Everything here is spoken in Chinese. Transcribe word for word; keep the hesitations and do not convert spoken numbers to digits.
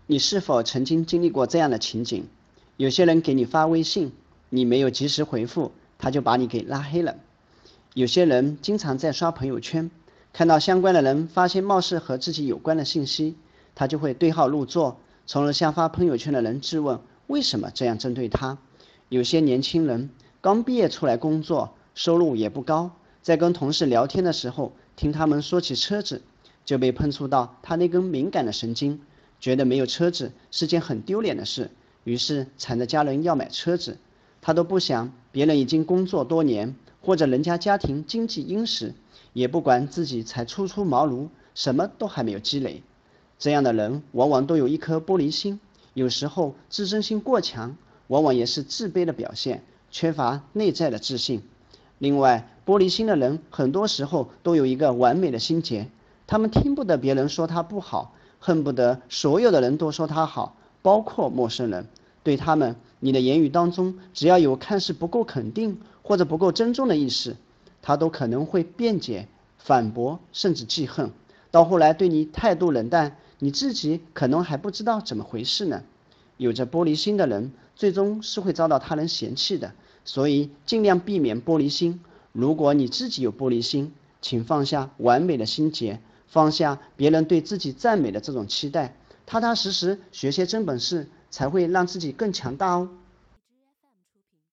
你是否曾经经历过这样的情景？有些人给你发微信，你没有及时回复，他就把你给拉黑了。有些人经常在刷朋友圈，看到相关的人发现貌似和自己有关的信息，他就会对号入座，从而向发朋友圈的人质问为什么这样针对他。有些年轻人刚毕业出来工作，收入也不高，在跟同事聊天的时候，听他们说起车子，就被碰触到他那根敏感的神经，觉得没有车子是件很丢脸的事，于是缠着家人要买车子。他都不想别人已经工作多年，或者人家家庭经济殷实，也不管自己才初出茅庐，什么都还没有积累。这样的人往往都有一颗玻璃心，有时候自尊心过强，往往也是自卑的表现，缺乏内在的自信。另外，玻璃心的人很多时候都有一个完美的心结，他们听不得别人说他不好，恨不得所有的人都说他好，包括陌生人。对他们，你的言语当中只要有看似不够肯定或者不够尊重的意思，他都可能会辩解、反驳，甚至记恨。到后来对你态度冷淡，你自己可能还不知道怎么回事呢。有着玻璃心的人，最终是会遭到他人嫌弃的，所以尽量避免玻璃心。如果你自己有玻璃心，请放下完美的心结，放下别人对自己赞美的这种期待，踏踏实实学些真本事，才会让自己更强大哦。